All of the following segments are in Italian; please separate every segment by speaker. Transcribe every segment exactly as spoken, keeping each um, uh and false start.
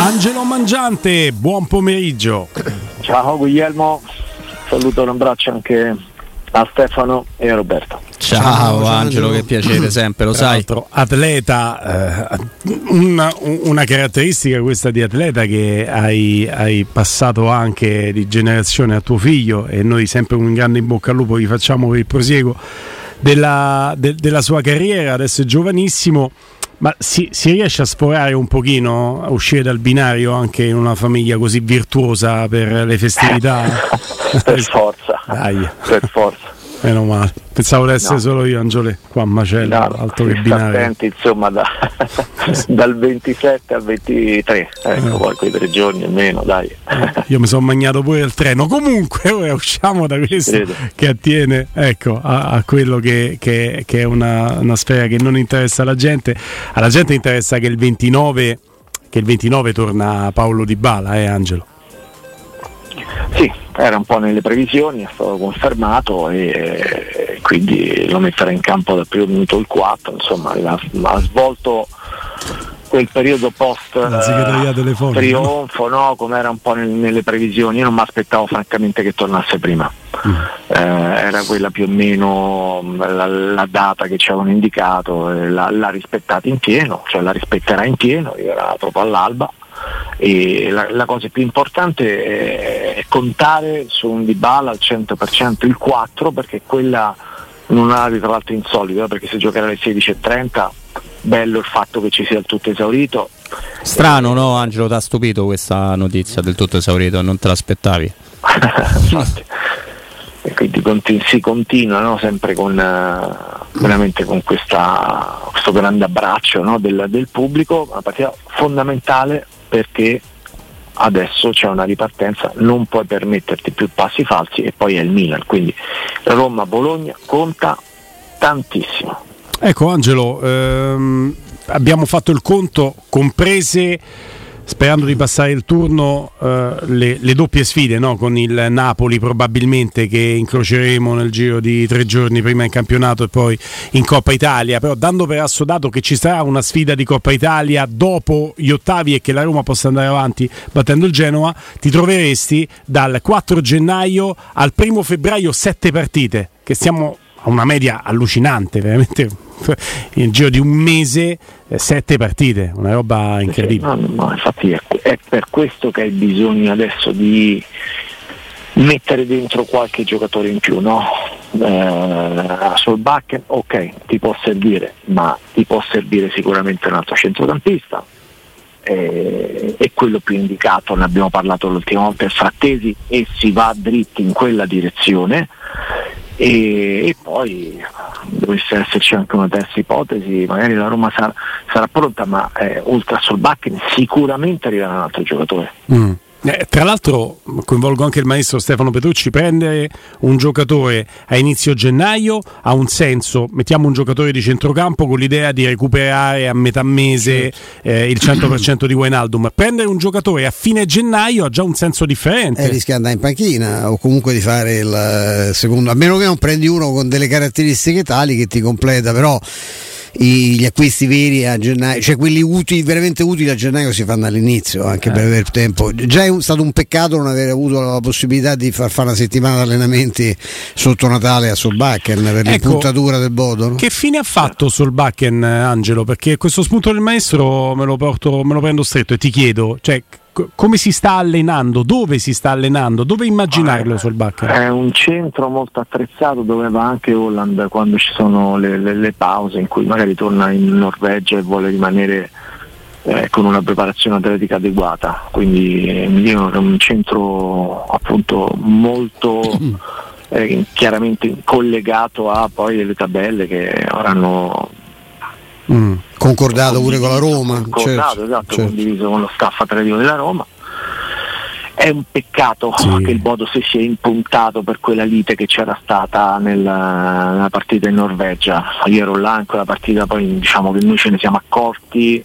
Speaker 1: Angelo Mangiante, buon pomeriggio.
Speaker 2: Ciao Guglielmo, saluto, un abbraccio anche a Stefano e a Roberto.
Speaker 3: Ciao, Ciao Angelo, che piacere sempre, lo
Speaker 1: Tra
Speaker 3: sai.
Speaker 1: L'altro, atleta, eh, una, una caratteristica questa di atleta che hai, hai passato anche di generazione a tuo figlio, e noi sempre un grande in bocca al lupo gli facciamo per il prosieguo della, de, della sua carriera. Adesso è giovanissimo, ma si, si riesce a sforare un pochino, a uscire dal binario anche in una famiglia così virtuosa per le festività?
Speaker 2: Per forza,
Speaker 1: Dai.
Speaker 2: per forza.
Speaker 1: Meno male, pensavo di essere
Speaker 2: No.
Speaker 1: solo io, Angiolè, qua a Macello,
Speaker 2: No,
Speaker 1: altro
Speaker 2: si
Speaker 1: che
Speaker 2: sta
Speaker 1: binario.
Speaker 2: attenti, insomma, da, dal ventisette al ventitré, ecco,
Speaker 1: Eh.
Speaker 2: poi quei tre giorni almeno, dai.
Speaker 1: Io mi sono magnato pure il treno. Comunque ora usciamo da questo
Speaker 2: Credo.
Speaker 1: che attiene, ecco, a, a quello che, che- che è una, una sfera che non interessa alla gente. Alla gente interessa che il ventinove, che il ventinove torna Paolo Dybala, eh Angelo?
Speaker 2: Sì, era un po' nelle previsioni, è stato confermato e quindi lo metterà in campo dal primo minuto il quattro, insomma ha, ha svolto quel periodo post
Speaker 1: La segreteria telefonica,
Speaker 2: trionfo, no? Come era un po' nel- nelle previsioni. Io non mi aspettavo francamente che tornasse prima.
Speaker 1: Mm.
Speaker 2: Eh, era quella più o meno la, la data che ci avevano indicato, eh, l'ha, l'ha rispettata in pieno, cioè la rispetterà in pieno, era proprio all'alba. E la, la cosa più importante è, è contare su un Dybala al cento per cento il quattro, perché quella non ha tra l'altro insolito, eh, perché se giocherà alle sedici e trenta, bello il fatto che ci sia il tutto esaurito.
Speaker 3: Strano, no Angelo, ti ha stupito questa notizia del tutto esaurito, non te l'aspettavi?
Speaker 2: Infatti. E quindi conti- si continua, no? Sempre con eh, veramente con questa, questo grande abbraccio, no? del, del pubblico, una partita fondamentale perché adesso c'è una ripartenza, non puoi permetterti più passi falsi, e poi è il Milan, quindi Roma-Bologna conta tantissimo.
Speaker 1: Ecco Angelo, ehm, abbiamo fatto il conto, comprese, sperando di passare il turno, eh, le, le doppie sfide, no? Con il Napoli probabilmente, che incroceremo nel giro di tre giorni, prima in campionato e poi in Coppa Italia, però dando per assodato che ci sarà una sfida di Coppa Italia dopo gli ottavi e che la Roma possa andare avanti battendo il Genoa, ti troveresti dal quattro gennaio al primo febbraio sette partite, che stiamo a una media allucinante, veramente nel giro di un mese, eh, sette partite, una roba incredibile.
Speaker 2: No, no, infatti è, è per questo che hai bisogno adesso di mettere dentro qualche giocatore in più, no? Eh, sul Bakken, ok, ti può servire, ma ti può servire sicuramente un altro centrocampista, eh, è quello più indicato, ne abbiamo parlato l'ultima volta, è Frattesi, e si va dritti in quella direzione. E, e poi dovesse esserci anche una terza ipotesi, magari la Roma sarà, sarà pronta, ma eh, oltre a Solbakken sicuramente arriverà un altro giocatore.
Speaker 1: Mm. Eh, tra l'altro coinvolgo anche il maestro Stefano Petrucci: prendere un giocatore a inizio gennaio ha un senso, mettiamo un giocatore di centrocampo con l'idea di recuperare a metà mese eh, il cento per cento di Wijnaldum. Prendere un giocatore a fine gennaio ha già un senso differente,
Speaker 4: eh, rischia di andare in panchina o comunque di fare il secondo, a meno che non prendi uno con delle caratteristiche tali che ti completa. Però gli acquisti veri a gennaio, cioè quelli utili, veramente utili a gennaio, si fanno all'inizio, anche eh. per avere tempo. Già è un, stato un peccato non aver avuto la possibilità di far fare una settimana di allenamenti sotto Natale a Solbakken per ecco, l'impuntatura del Bodo, no?
Speaker 1: Che fine ha fatto Solbakken, Angelo? Perché questo spunto del maestro me lo porto, me lo prendo stretto e ti chiedo, cioè, come si sta allenando, dove si sta allenando, dove immaginarlo Solbakken?
Speaker 2: È un centro molto attrezzato dove va anche Holland quando ci sono le, le, le pause, in cui magari torna in Norvegia e vuole rimanere eh, con una preparazione atletica adeguata, quindi eh, mi dicono che è un centro appunto molto eh, chiaramente collegato a poi le tabelle che avranno
Speaker 4: Mm. concordato pure con la Roma,
Speaker 2: concordato,
Speaker 4: certo,
Speaker 2: esatto,
Speaker 4: certo.
Speaker 2: condiviso con lo staff atletico della Roma. È un peccato
Speaker 1: sì.
Speaker 2: che il Bodo si sia impuntato per quella lite che c'era stata nella, nella partita in Norvegia. Io ero là in quella partita, poi diciamo che noi ce ne siamo accorti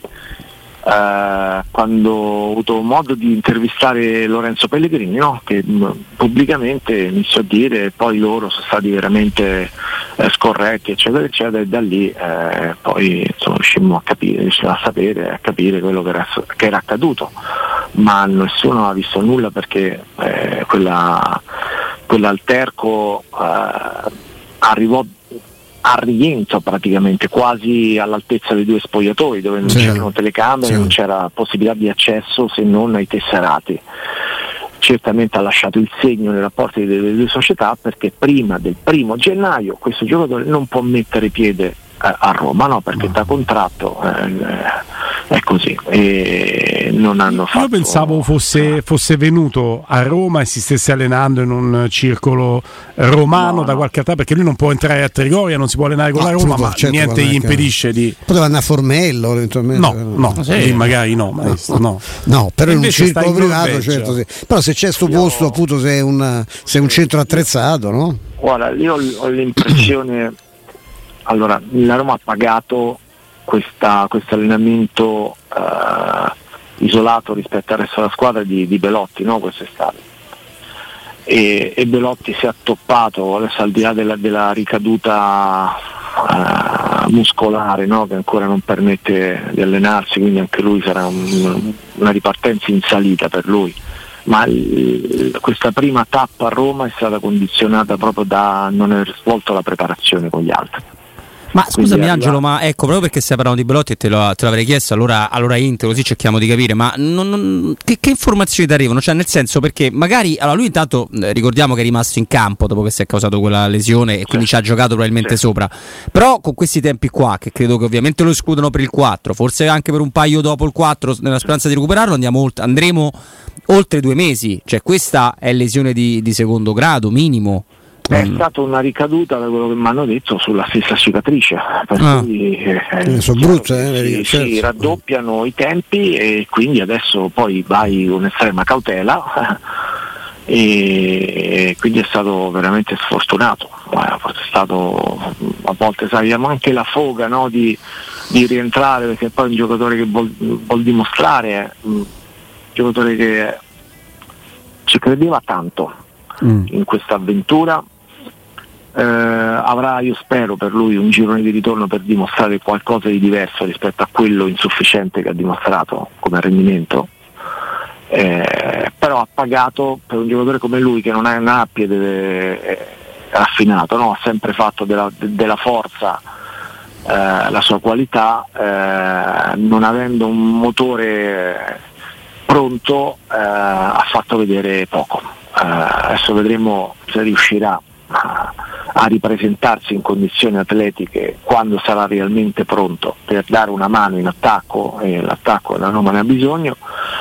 Speaker 2: eh, quando ho avuto modo di intervistare Lorenzo Pellegrini, no? Che mh, pubblicamente iniziò a dire, e poi loro sono stati veramente eh, scorretti eccetera eccetera, e da lì eh, poi insomma riuscimmo a capire, riuscimmo a sapere, a capire quello che era, che era accaduto. ma nessuno ha visto nulla perché eh, quella, quell'alterco eh, arrivò a rientro praticamente quasi all'altezza dei due spogliatoi, dove non sì. c'erano telecamere, sì. non c'era possibilità di accesso se non ai tesserati. Certamente ha lasciato il segno nei rapporti delle due società, perché prima del primo gennaio questo giocatore non può mettere piede a Roma, no, perché no. da contratto eh, è così e non hanno fatto.
Speaker 1: Io pensavo fosse, fosse venuto a Roma e si stesse allenando in un circolo romano no, da no. qualche altra, perché lui non può entrare a Trigoria, non si può allenare con no, la Roma, ma certo, niente gli impedisce di.
Speaker 4: Poteva andare a Formello eventualmente.
Speaker 1: No, no, sì. Lì magari no, maestro, no.
Speaker 4: No, però in un circolo privato, certo sì. Però se c'è sto io... posto, appunto, se è un, se è un centro attrezzato, no?
Speaker 2: Guarda, io ho l'impressione. Allora, la Roma ha pagato questo allenamento eh, isolato rispetto al resto della squadra di, di Belotti, no? Quest'estate. E, e Belotti si è attoppato, adesso al di là della, della ricaduta eh, muscolare, no? Che ancora non permette di allenarsi, quindi anche lui sarà un, una ripartenza in salita per lui. Ma il, questa prima tappa a Roma è stata condizionata proprio da non aver svolto la preparazione con gli altri.
Speaker 3: Ma scusami Angelo, ma ecco, proprio perché stai parlando di Belotti e te, lo, te l'avrei chiesto, allora, allora Inter, così cerchiamo di capire, ma non, non, che, che informazioni ti arrivano? Cioè, nel senso, perché magari, allora lui intanto eh, ricordiamo che è rimasto in campo dopo che si è causato quella lesione e quindi sì. ci ha giocato probabilmente sì. sopra, però con questi tempi qua, che credo che ovviamente lo escludono per il quattro, forse anche per un paio dopo il quattro, nella speranza di recuperarlo, andiamo oltre, andremo oltre due mesi, cioè questa è lesione di, di secondo grado, minimo.
Speaker 2: È stata una ricaduta, da quello che mi hanno detto, sulla stessa cicatrice, per
Speaker 4: ah.
Speaker 2: cui eh,
Speaker 4: sono brutte, eh,
Speaker 2: si, certo. si raddoppiano i tempi e quindi adesso poi vai con estrema cautela e quindi è stato veramente sfortunato. È stato, a volte sai, abbiamo anche la foga, no, di, di rientrare, perché poi è un giocatore che vuol, vuol dimostrare, un giocatore che ci credeva tanto mm. in questa avventura. Eh, avrà, io spero per lui, un girone di ritorno per dimostrare qualcosa di diverso rispetto a quello insufficiente che ha dimostrato come rendimento, eh, però ha pagato per un giocatore come lui, che non ha, non ha piede eh, raffinato, no? Ha sempre fatto della, de, della forza eh, la sua qualità, eh, non avendo un motore pronto eh, ha fatto vedere poco. Eh, adesso vedremo se riuscirà a, a ripresentarsi in condizioni atletiche quando sarà realmente pronto per dare una mano in attacco, e l'attacco la Roma ne ha bisogno.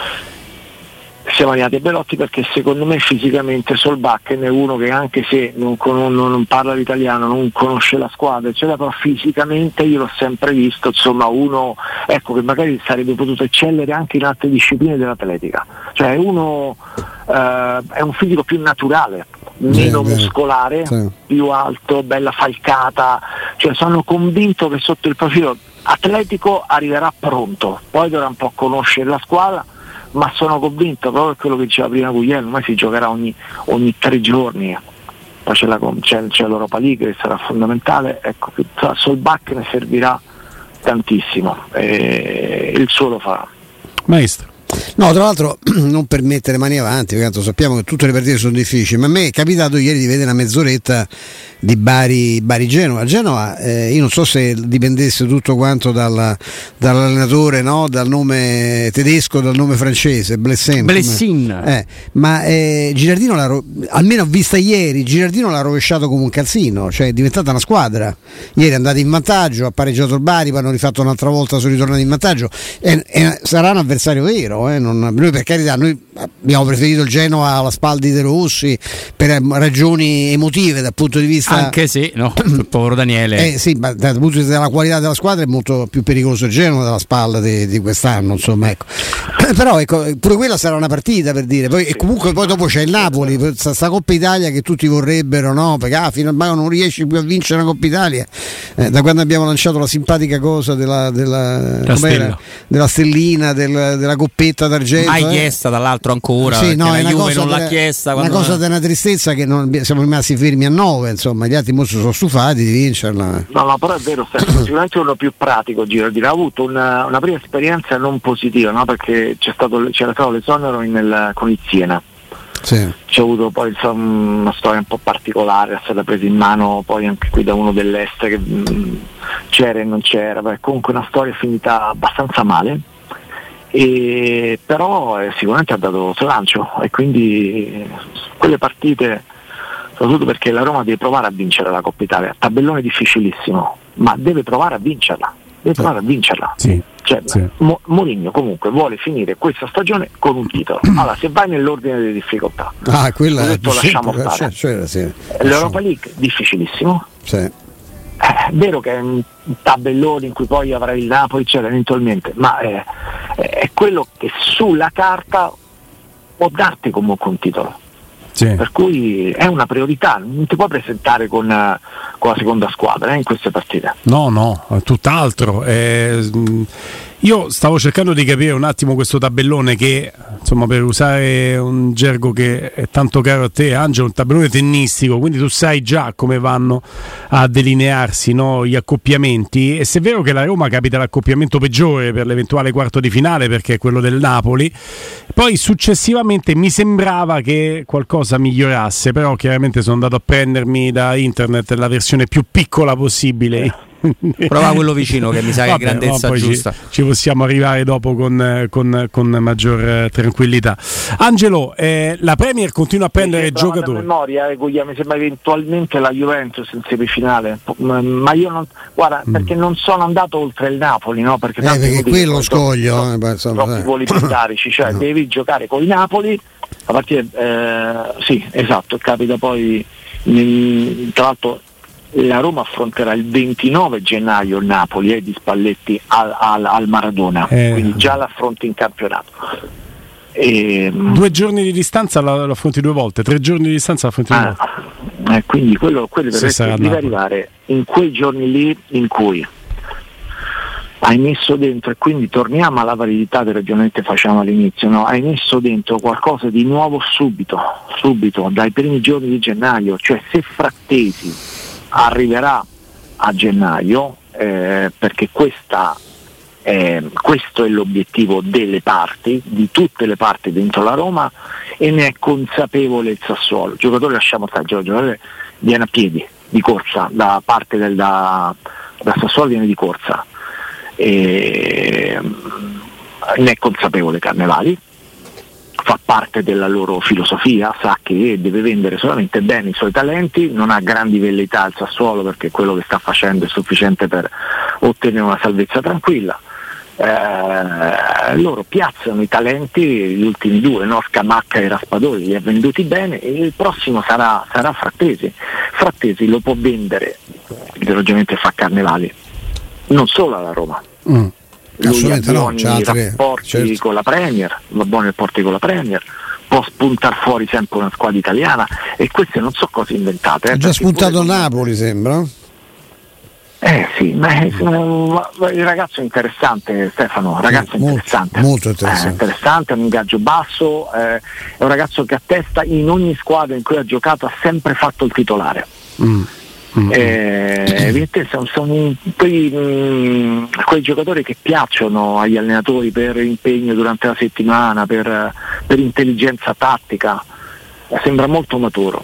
Speaker 2: Siamo arrivati a Belotti perché secondo me fisicamente Solbakken è uno che, anche se non, con, non parla l'italiano, non conosce la squadra, eccetera, però fisicamente io l'ho sempre visto, insomma, uno, ecco, che magari sarebbe potuto eccellere anche in altre discipline dell'atletica, cioè uno eh, è un fisico più naturale, meno sì, muscolare, sì. più alto, bella falcata, cioè sono convinto che sotto il profilo atletico arriverà pronto, poi dovrà un po' conoscere la squadra, ma sono convinto, proprio per quello che diceva prima Guglielmo, ormai si giocherà ogni, ogni tre giorni, poi c'è, la, c'è, c'è l'Europa League che sarà fondamentale, ecco, Solbakken ne servirà tantissimo e il suo lo farà.
Speaker 1: Maestro.
Speaker 4: No, tra l'altro non per mettere mani avanti, perché tanto sappiamo che tutte le partite sono difficili, ma a me è capitato ieri di vedere una mezz'oretta di Bari, Bari Genova. Genova, eh, io non so se dipendesse tutto quanto dal, dall'allenatore, no? Dal nome tedesco, dal nome francese, Blessin.
Speaker 3: Blessin.
Speaker 4: Eh, ma eh, Girardino, l'ha, almeno ho vista ieri, Girardino l'ha rovesciato come un calzino, cioè è diventata una squadra. Ieri è andata in vantaggio, ha pareggiato il Bari, poi hanno rifatto un'altra volta, sono ritornati in vantaggio. E, e sarà un avversario vero. Eh, non, noi per carità noi abbiamo preferito il Genoa alla Spaldi De Rossi per ragioni emotive dal punto di vista,
Speaker 3: anche se no, il povero Daniele
Speaker 4: eh, sì, ma dal punto di vista della qualità della squadra è molto più pericoloso il Genoa della Spalla di, di quest'anno, insomma, ecco. Però ecco, pure quella sarà una partita, per dire, poi, e comunque poi dopo c'è il Napoli, sta, sta Coppa Italia che tutti vorrebbero, no? Perché ah, fino a mai non riesci più a vincere una Coppa Italia, eh, da quando abbiamo lanciato la simpatica cosa della, della,
Speaker 3: stella.
Speaker 4: della stellina, del, della coppetta biglietta d'argento.
Speaker 3: Hai
Speaker 4: eh.
Speaker 3: chiesta dall'altro ancora,
Speaker 4: sì, no,
Speaker 3: la
Speaker 4: è una
Speaker 3: Juve
Speaker 4: cosa
Speaker 3: non
Speaker 4: della,
Speaker 3: l'ha chiesta.
Speaker 4: Una cosa di una tristezza che non, siamo rimasti fermi a nove, insomma, gli altri molto sono stufati di vincerla.
Speaker 2: No, no, però è vero, sicuramente uno più pratico, Girardi ha avuto una, una prima esperienza non positiva, no? Perché c'è stato, c'era stato l'esonero nel, con il Siena.
Speaker 4: Sì.
Speaker 2: C'è avuto poi insomma, una storia un po' particolare, è stata presa in mano poi anche qui da uno dell'Est che mh, c'era e non c'era, beh, comunque una storia finita abbastanza male, e, però eh, sicuramente ha dato slancio, e quindi quelle partite, soprattutto perché la Roma deve provare a vincere la Coppa Italia, tabellone difficilissimo, ma deve provare a vincerla, deve provare a vincerla.
Speaker 1: Sì.
Speaker 2: Cioè, sì. Mo- Mourinho comunque vuole finire questa stagione con un titolo. Allora, se vai nell'ordine delle difficoltà,
Speaker 4: ah, quella
Speaker 2: detto,
Speaker 4: è
Speaker 2: lasciamo
Speaker 4: sempre,
Speaker 2: stare.
Speaker 4: cioè, cioè, sì.
Speaker 2: L'Europa League difficilissimo.
Speaker 4: Sì.
Speaker 2: Eh, è vero che è un tabellone in cui poi avrai il Napoli, eccetera, eventualmente, ma è, è quello che sulla carta può darti comunque un titolo. Sì. Per cui è una priorità, non ti puoi presentare con, con la seconda squadra eh, in queste partite.
Speaker 1: No, no, tutt'altro. Eh, io stavo cercando di capire un attimo questo tabellone che, insomma, per usare un gergo che è tanto caro a te, Angelo, un tabellone tennistico, quindi tu sai già come vanno a delinearsi, no, gli accoppiamenti, e se è vero che la Roma capita l'accoppiamento peggiore per l'eventuale quarto di finale, perché è quello del Napoli, poi successivamente mi sembrava che qualcosa migliorasse, però chiaramente sono andato a prendermi da internet la versione più piccola possibile.
Speaker 3: Prova quello vicino che mi sa che è grandezza
Speaker 1: no,
Speaker 3: giusta.
Speaker 1: Ci, ci possiamo arrivare dopo con, con, con maggior eh, tranquillità. Angelo, eh, la Premier continua a prendere giocatori.
Speaker 2: A memoria, eh, mi sembra eventualmente la Juventus in semifinale, ma io non, guarda, mm. perché non sono andato oltre il Napoli, no? Perché,
Speaker 4: eh, perché quello scoglio,
Speaker 2: troppi,
Speaker 4: eh,
Speaker 2: troppi voli pindarici, cioè no. Devi giocare con i Napoli a partire, eh, sì, esatto, capita poi nel, tra l'altro la Roma affronterà il ventinove gennaio il Napoli eh, di Spalletti al, al, al Maradona, eh. quindi già l'affronti in campionato. E,
Speaker 1: due giorni di distanza lo affronti due volte, tre giorni di distanza lo affronti due
Speaker 2: ah,
Speaker 1: volte.
Speaker 2: Eh, quindi quello, quello deve, deve arrivare in quei giorni lì in cui hai messo dentro, e quindi torniamo alla validità che ragionamento facciamo all'inizio, no? Hai messo dentro qualcosa di nuovo subito, subito, dai primi giorni di gennaio, cioè se Frattesi arriverà a gennaio, eh, perché questa, eh, questo è l'obiettivo delle parti, di tutte le parti dentro la Roma, e ne è consapevole il Sassuolo. Il giocatore, lasciamo stare, il giocatore viene a piedi, di corsa, da parte del da, da Sassuolo viene di corsa, e ne è consapevole Carnevali, fa parte della loro filosofia, sa che deve vendere solamente bene i suoi talenti, non ha grandi velleità al Sassuolo perché quello che sta facendo è sufficiente per ottenere una salvezza tranquilla. Eh, loro piazzano i talenti, gli ultimi due, no? Scamacca e Raspadori, li ha venduti bene, e il prossimo sarà, sarà Frattesi. Frattesi lo può vendere, ovviamente fa Carnevali, non solo alla Roma. Mm. Lui ha buoni no, rapporti certo. con la Premier, va buoni rapporti con la Premier, può spuntare fuori sempre una squadra italiana, e queste non so cose inventate.
Speaker 4: Ha eh, già spuntato Napoli, sembra.
Speaker 2: Eh sì, ma il ragazzo è interessante, Stefano, ragazzo
Speaker 4: molto,
Speaker 2: interessante.
Speaker 4: Molto interessante.
Speaker 2: Eh, interessante, ha un ingaggio basso, eh, è un ragazzo che a testa in ogni squadra in cui ha giocato ha sempre fatto il titolare. Mm. Mm-hmm. Eh, sono, sono quei, mh, quei giocatori che piacciono agli allenatori per impegno durante la settimana, per, per intelligenza tattica, sembra molto maturo.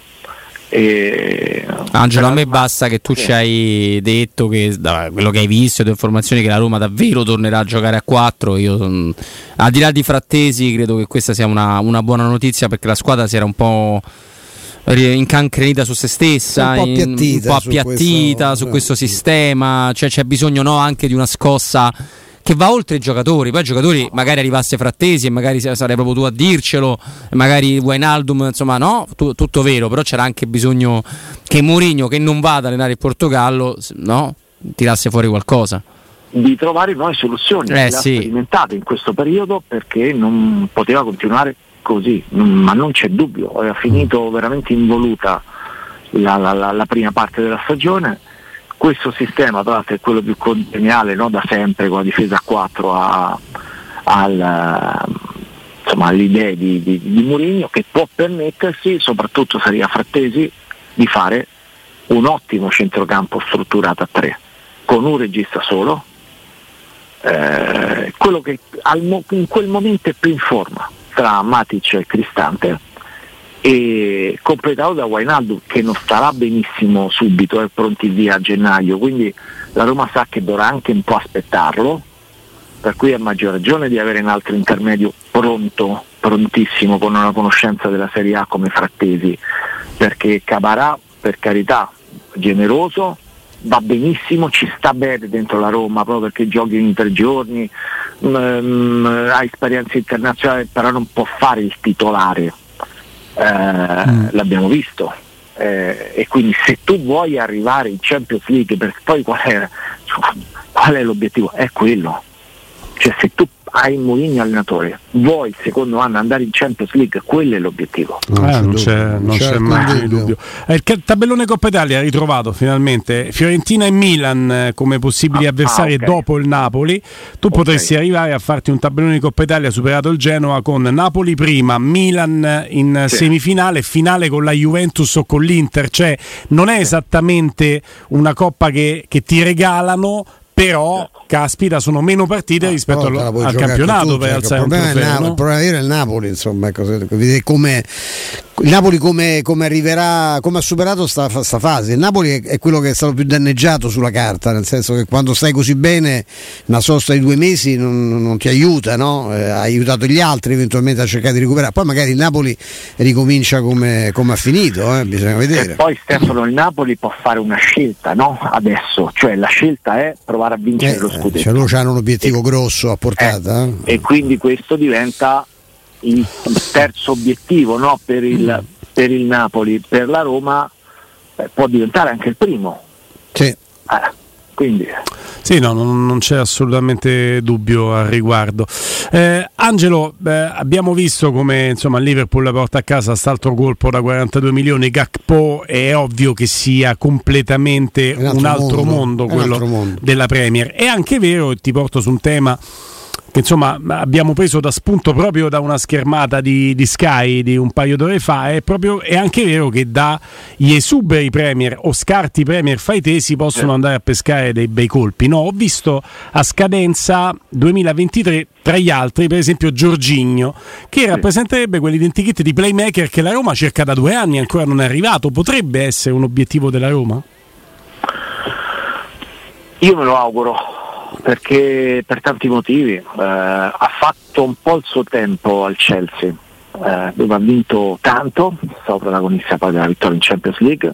Speaker 2: E,
Speaker 3: Angelo, a me basta che tu sì. ci hai detto che da quello che hai visto e le informazioni che la Roma davvero tornerà a giocare a quattro. Io mh, al di là di Frattesi credo che questa sia una, una buona notizia, perché la squadra si era un po' incancrenita su se stessa,
Speaker 4: un po' appiattita,
Speaker 3: un po' appiattita su, questo, su questo sistema, cioè c'è bisogno no, anche di una scossa che va oltre i giocatori. Poi i giocatori magari arrivasse Frattesi e magari sarei proprio tu a dircelo, magari Wijnaldum, insomma no, tu, tutto vero, però c'era anche bisogno che Mourinho, che non va ad allenare il Portogallo, no, tirasse fuori qualcosa,
Speaker 2: di trovare nuove soluzioni,
Speaker 3: eh,
Speaker 2: le ha
Speaker 3: sì.
Speaker 2: sperimentate in questo periodo, perché non poteva continuare così, ma non c'è dubbio, ha finito veramente involuta la, la, la, la prima parte della stagione. Questo sistema tra l'altro è quello più congeniale, no? Da sempre, con la difesa a quattro a, al, insomma alle idee di, di, di Mourinho, che può permettersi, soprattutto se arriva Frattesi, di fare un ottimo centrocampo strutturato a tre, con un regista solo, eh, quello che al mo- in quel momento è più in forma tra Matic e Cristante, e completato da Wijnaldum, che non starà benissimo subito, è pronti via a gennaio, quindi la Roma sa che dovrà anche un po' aspettarlo, per cui ha maggior ragione di avere un altro intermedio pronto, prontissimo, con una conoscenza della Serie A come Frattesi, perché Cabarà, per carità, generoso, va benissimo, ci sta bene dentro la Roma proprio perché giochi in tre giorni, um, ha esperienza internazionale, però non può fare il titolare, eh, mm. l'abbiamo visto, eh, e quindi se tu vuoi arrivare in Champions League, perché poi qual è, qual è l'obiettivo? È quello, cioè se tu hai Mourinho allenatore, vuoi il secondo anno andare in Champions League, quello è l'obiettivo.
Speaker 1: Non, eh, non c'è, non c'è, c'è mai dubbio. Eh, il tabellone Coppa Italia ha ritrovato finalmente Fiorentina e Milan eh, come possibili ah, avversari ah, okay. dopo il Napoli. Tu okay. potresti arrivare a farti un tabellone di Coppa Italia superato il Genoa con Napoli prima, Milan in sì. semifinale, finale con la Juventus o con l'Inter, cioè non è esattamente una coppa che, che ti regalano, però caspita, sono meno partite ah, rispetto al, al campionato per alzare un trofeo,
Speaker 4: Napoli,
Speaker 1: no?
Speaker 4: Il problema è il Napoli, insomma, come il Napoli come, come arriverà, come ha superato sta, sta fase. Il Napoli è, è quello che è stato più danneggiato sulla carta, nel senso che quando stai così bene una sosta di due mesi non, non ti aiuta, no? Eh, ha aiutato gli altri eventualmente a cercare di recuperare, poi magari il Napoli ricomincia come, come ha finito, eh? Bisogna vedere.
Speaker 2: E poi Stefano, il Napoli può fare una scelta, no? Adesso, cioè la scelta è provare a vincere
Speaker 4: eh,
Speaker 2: lo scudetto,
Speaker 4: cioè loro hanno un obiettivo e, grosso a portata
Speaker 2: eh, eh. e quindi questo diventa il terzo obiettivo, no? per, il, mm. per il Napoli. Per la Roma eh, può diventare anche il primo,
Speaker 4: sì.
Speaker 2: eh, quindi
Speaker 1: sì, no, non, non c'è assolutamente dubbio al riguardo. eh, Angelo, eh, abbiamo visto come insomma Liverpool porta a casa quest'altro colpo da quarantadue milioni, Gakpo, è ovvio che sia completamente un altro, un altro mondo, mondo quello altro mondo. della Premier. È anche vero, e ti porto su un tema che insomma abbiamo preso da spunto proprio da una schermata di, di Sky di un paio d'ore fa, è, proprio, è anche vero che da gli esuberi Premier o scarti Premier fai te si possono andare a pescare dei bei colpi, no? Ho visto a scadenza duemilaventitré tra gli altri per esempio Jorginho, che sì. rappresenterebbe quell'identikit di playmaker che la Roma cerca da due anni e ancora non è arrivato. Potrebbe essere un obiettivo della Roma?
Speaker 2: Io me lo auguro, perché per tanti motivi eh, ha fatto un po' il suo tempo al Chelsea, eh, dove ha vinto tanto, è stato protagonista poi della vittoria in Champions League,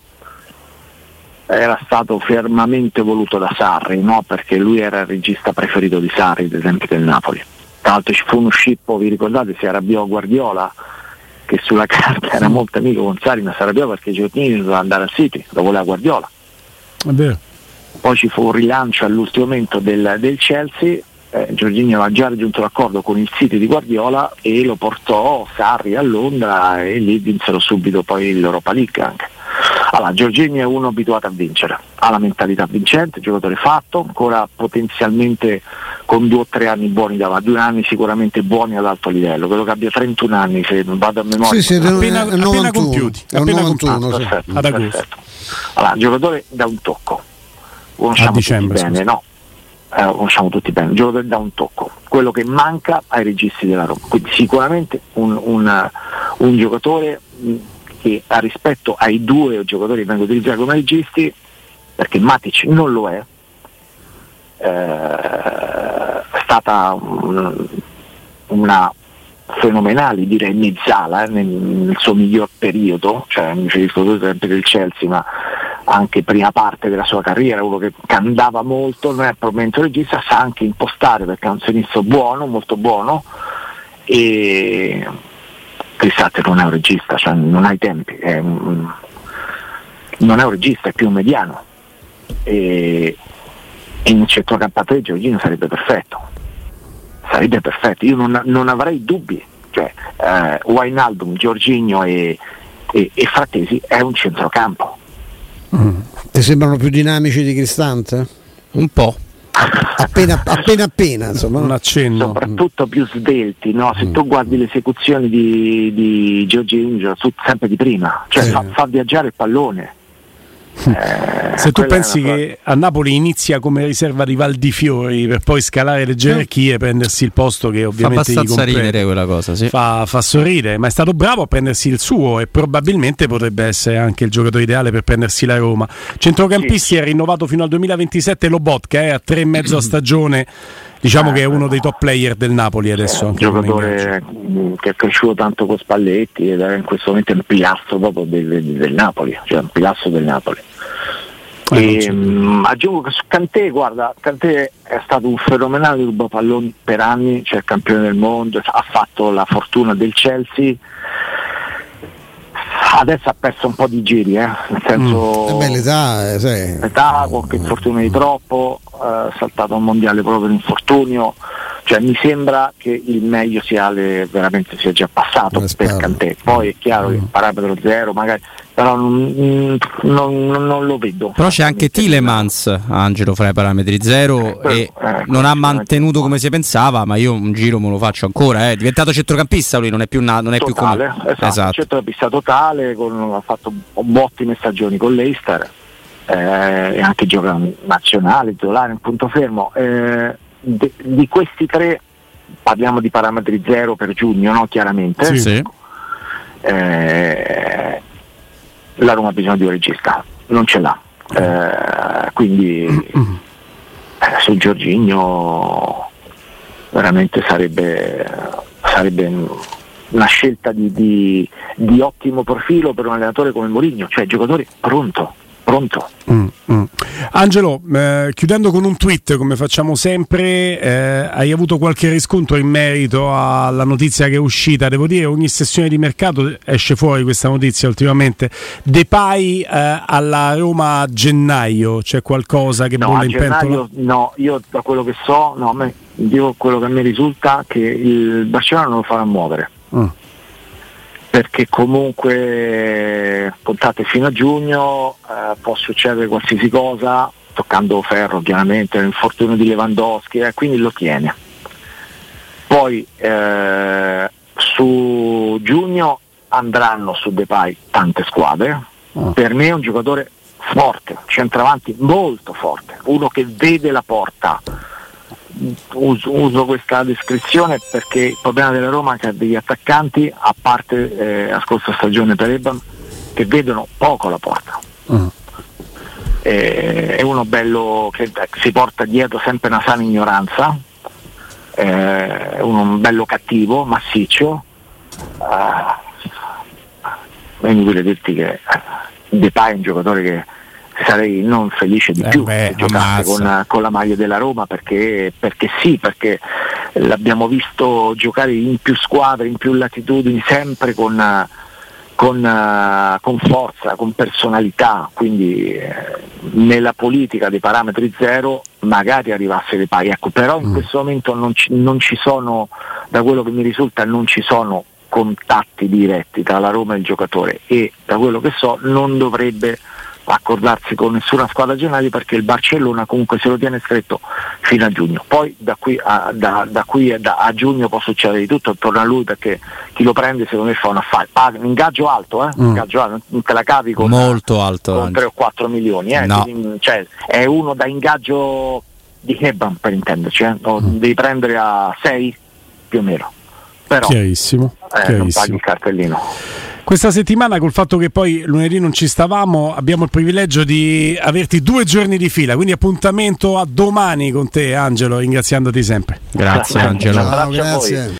Speaker 2: era stato fermamente voluto da Sarri, no? Perché lui era il regista preferito di Sarri, ad esempio del Napoli. Tra l'altro ci fu uno scippo, vi ricordate, si arrabbiò Guardiola, che sulla carta era molto amico con Sarri, ma si arrabbiò perché Giorgini doveva andare al City, lo voleva Guardiola.
Speaker 1: È vero.
Speaker 2: Poi ci fu un rilancio all'ultimo momento del, del Chelsea, eh, Jorginho aveva già raggiunto l'accordo con il City di Guardiola e lo portò Sarri a Londra e lì vinsero subito poi l'Europa League anche. Allora, Jorginho è uno abituato a vincere, ha la mentalità vincente, giocatore fatto, ancora potenzialmente con due o tre anni buoni davanti, due anni sicuramente buoni ad alto livello, credo che abbia trentuno anni se non vado a memoria.
Speaker 4: Sì, sì,
Speaker 1: appena, appena novantuno, compiuti, appena
Speaker 4: novantuno,
Speaker 1: compiuti.
Speaker 2: Ah, perfetto,
Speaker 1: ad agosto.
Speaker 2: perfetto. Allora, giocatore da un tocco, conosciamo
Speaker 1: dicembre,
Speaker 2: tutti bene,
Speaker 1: scusa.
Speaker 2: no? Eh, lo conosciamo tutti bene, giocatore da un tocco, quello che manca ai registi della Roma, quindi sicuramente un, un, un giocatore che a rispetto ai due giocatori che vengono utilizzati come registi, perché Matic non lo è, eh, è stata un, una fenomenale, direi mezzala, eh, nel, nel suo miglior periodo, cioè mi riferisco sempre del Chelsea, ma anche prima parte della sua carriera, uno che andava molto, non è probabilmente un regista, sa anche impostare perché è un sinistro buono, molto buono, e Cristante non è un regista, cioè non ha i tempi, è un, non è un regista, è più un mediano, e, e in un centrocampo di Jorginho sarebbe perfetto, sarebbe perfetto, io non, non avrei dubbi, cioè eh, Wijnaldum, Jorginho e, e, e Frattesi è un centrocampo.
Speaker 4: Mm. Ti sembrano più dinamici di Cristante?
Speaker 3: Un po'.
Speaker 4: appena appena appena insomma,
Speaker 1: un accenno,
Speaker 2: soprattutto più svelti, no? Se mm. tu guardi le esecuzioni di, di Jorginho, sono sempre di prima, cioè sì. fa, fa viaggiare il pallone.
Speaker 1: Eh, se tu pensi che a Napoli inizia come riserva di Valdifiori per poi scalare le gerarchie e prendersi il posto che ovviamente
Speaker 3: fa abbastanza ridere quella cosa, sì.
Speaker 1: fa, fa sorridere, ma è stato bravo a prendersi il suo e probabilmente potrebbe essere anche il giocatore ideale per prendersi la Roma. Centrocampisti, sì. È rinnovato fino al duemilaventisette Lobotka, eh, a tre e mezzo a stagione. Diciamo eh, che è uno dei top player del Napoli adesso.
Speaker 2: Un giocatore che è cresciuto tanto con Spalletti ed è in questo momento un pilastro proprio del, del, del Napoli, cioè un pilastro del Napoli. Eh, e, mh, aggiungo che su Kanté, guarda, Kanté è stato un fenomenale rubapalloni per anni, cioè campione del mondo, ha fatto la fortuna del Chelsea. Adesso ha perso un po' di giri, eh? Nel senso
Speaker 4: mm. beh, l'età, eh, sì.
Speaker 2: l'età, qualche infortunio di troppo, eh, saltato un mondiale proprio per infortunio, cioè mi sembra che il meglio sia le, veramente sia già passato per Kanté. Poi è chiaro mm. che il parametro zero magari, però non, non, non lo vedo.
Speaker 3: Però c'è anche Tielemans, Angelo, fra i parametri zero, eh, e eh, non ha mantenuto come si pensava, ma io un giro me lo faccio ancora, eh. È diventato centrocampista lui, non è più, na- non è
Speaker 2: totale,
Speaker 3: più come...
Speaker 2: esatto,
Speaker 3: esatto.
Speaker 2: centrocampista totale, con, ha fatto ottime stagioni con l'Eister, eh, e anche gioca nazionale, titolare, in punto fermo. Eh, de, di questi tre parliamo di parametri zero per giugno, no? Chiaramente.
Speaker 3: Sì, sì.
Speaker 2: Eh, la Roma ha bisogno di un regista, non ce l'ha, eh, quindi eh, su Jorginho veramente sarebbe, sarebbe una scelta di, di, di ottimo profilo per un allenatore come Mourinho, cioè giocatore pronto. Pronto.
Speaker 1: Mm, mm. Angelo, eh, chiudendo con un tweet come facciamo sempre, eh, hai avuto qualche riscontro in merito alla notizia che è uscita? Devo dire, ogni sessione di mercato esce fuori questa notizia ultimamente. Depay eh, alla Roma a gennaio, c'è qualcosa che
Speaker 2: no,
Speaker 1: bolle in pentola?
Speaker 2: No, io da quello che so, no, me, io quello che a me risulta che il Barcellona non lo farà muovere. Mm. Perché comunque contate fino a giugno, eh, può succedere qualsiasi cosa, toccando ferro chiaramente, l'infortunio di Lewandowski, eh, quindi lo tiene. Poi eh, su giugno andranno su Depay tante squadre, oh. Per me è un giocatore forte, centravanti molto forte, uno che vede la porta. Uso, uso questa descrizione perché il problema della Roma è che ha degli attaccanti, a parte eh, la scorsa stagione per Ebam, che vedono poco la porta. Mm. Eh, è uno bello che si porta dietro sempre una sana ignoranza, eh, è uno bello cattivo, massiccio. Uh, è inutile dirti che Depay è un giocatore che sarei non felice di più
Speaker 3: eh beh,
Speaker 2: se giocasse con, con la maglia della Roma, perché, perché sì, perché l'abbiamo visto giocare in più squadre, in più latitudini, sempre con, con, con forza, con personalità, quindi eh, nella politica dei parametri zero magari arrivasse le pari, ecco, però in mm. questo momento non ci, non ci sono, da quello che mi risulta non ci sono contatti diretti tra la Roma e il giocatore, e da quello che so non dovrebbe accordarsi con nessuna squadra gennaio, perché il Barcellona comunque se lo tiene stretto fino a giugno. Poi da qui a, da, da qui a, da, a giugno può succedere di tutto attorno a lui, perché chi lo prende secondo me fa un affare, paga un ingaggio alto, eh? mm. ingaggio alto, non te la cavi con,
Speaker 3: molto alto,
Speaker 2: con tre o quattro milioni, eh?
Speaker 3: no.
Speaker 2: Quindi, cioè, è uno da ingaggio di Hebban, per intenderci, eh? No, mm. devi prendere a sei più o meno, però
Speaker 1: chiarissimo,
Speaker 2: eh,
Speaker 1: chiarissimo.
Speaker 2: non paghi il cartellino.
Speaker 1: Questa settimana, col fatto che poi lunedì non ci stavamo, abbiamo il privilegio di averti due giorni di fila, quindi appuntamento a domani con te, Angelo, ringraziandoti sempre.
Speaker 3: Grazie, Angelo.
Speaker 4: Ciao, grazie.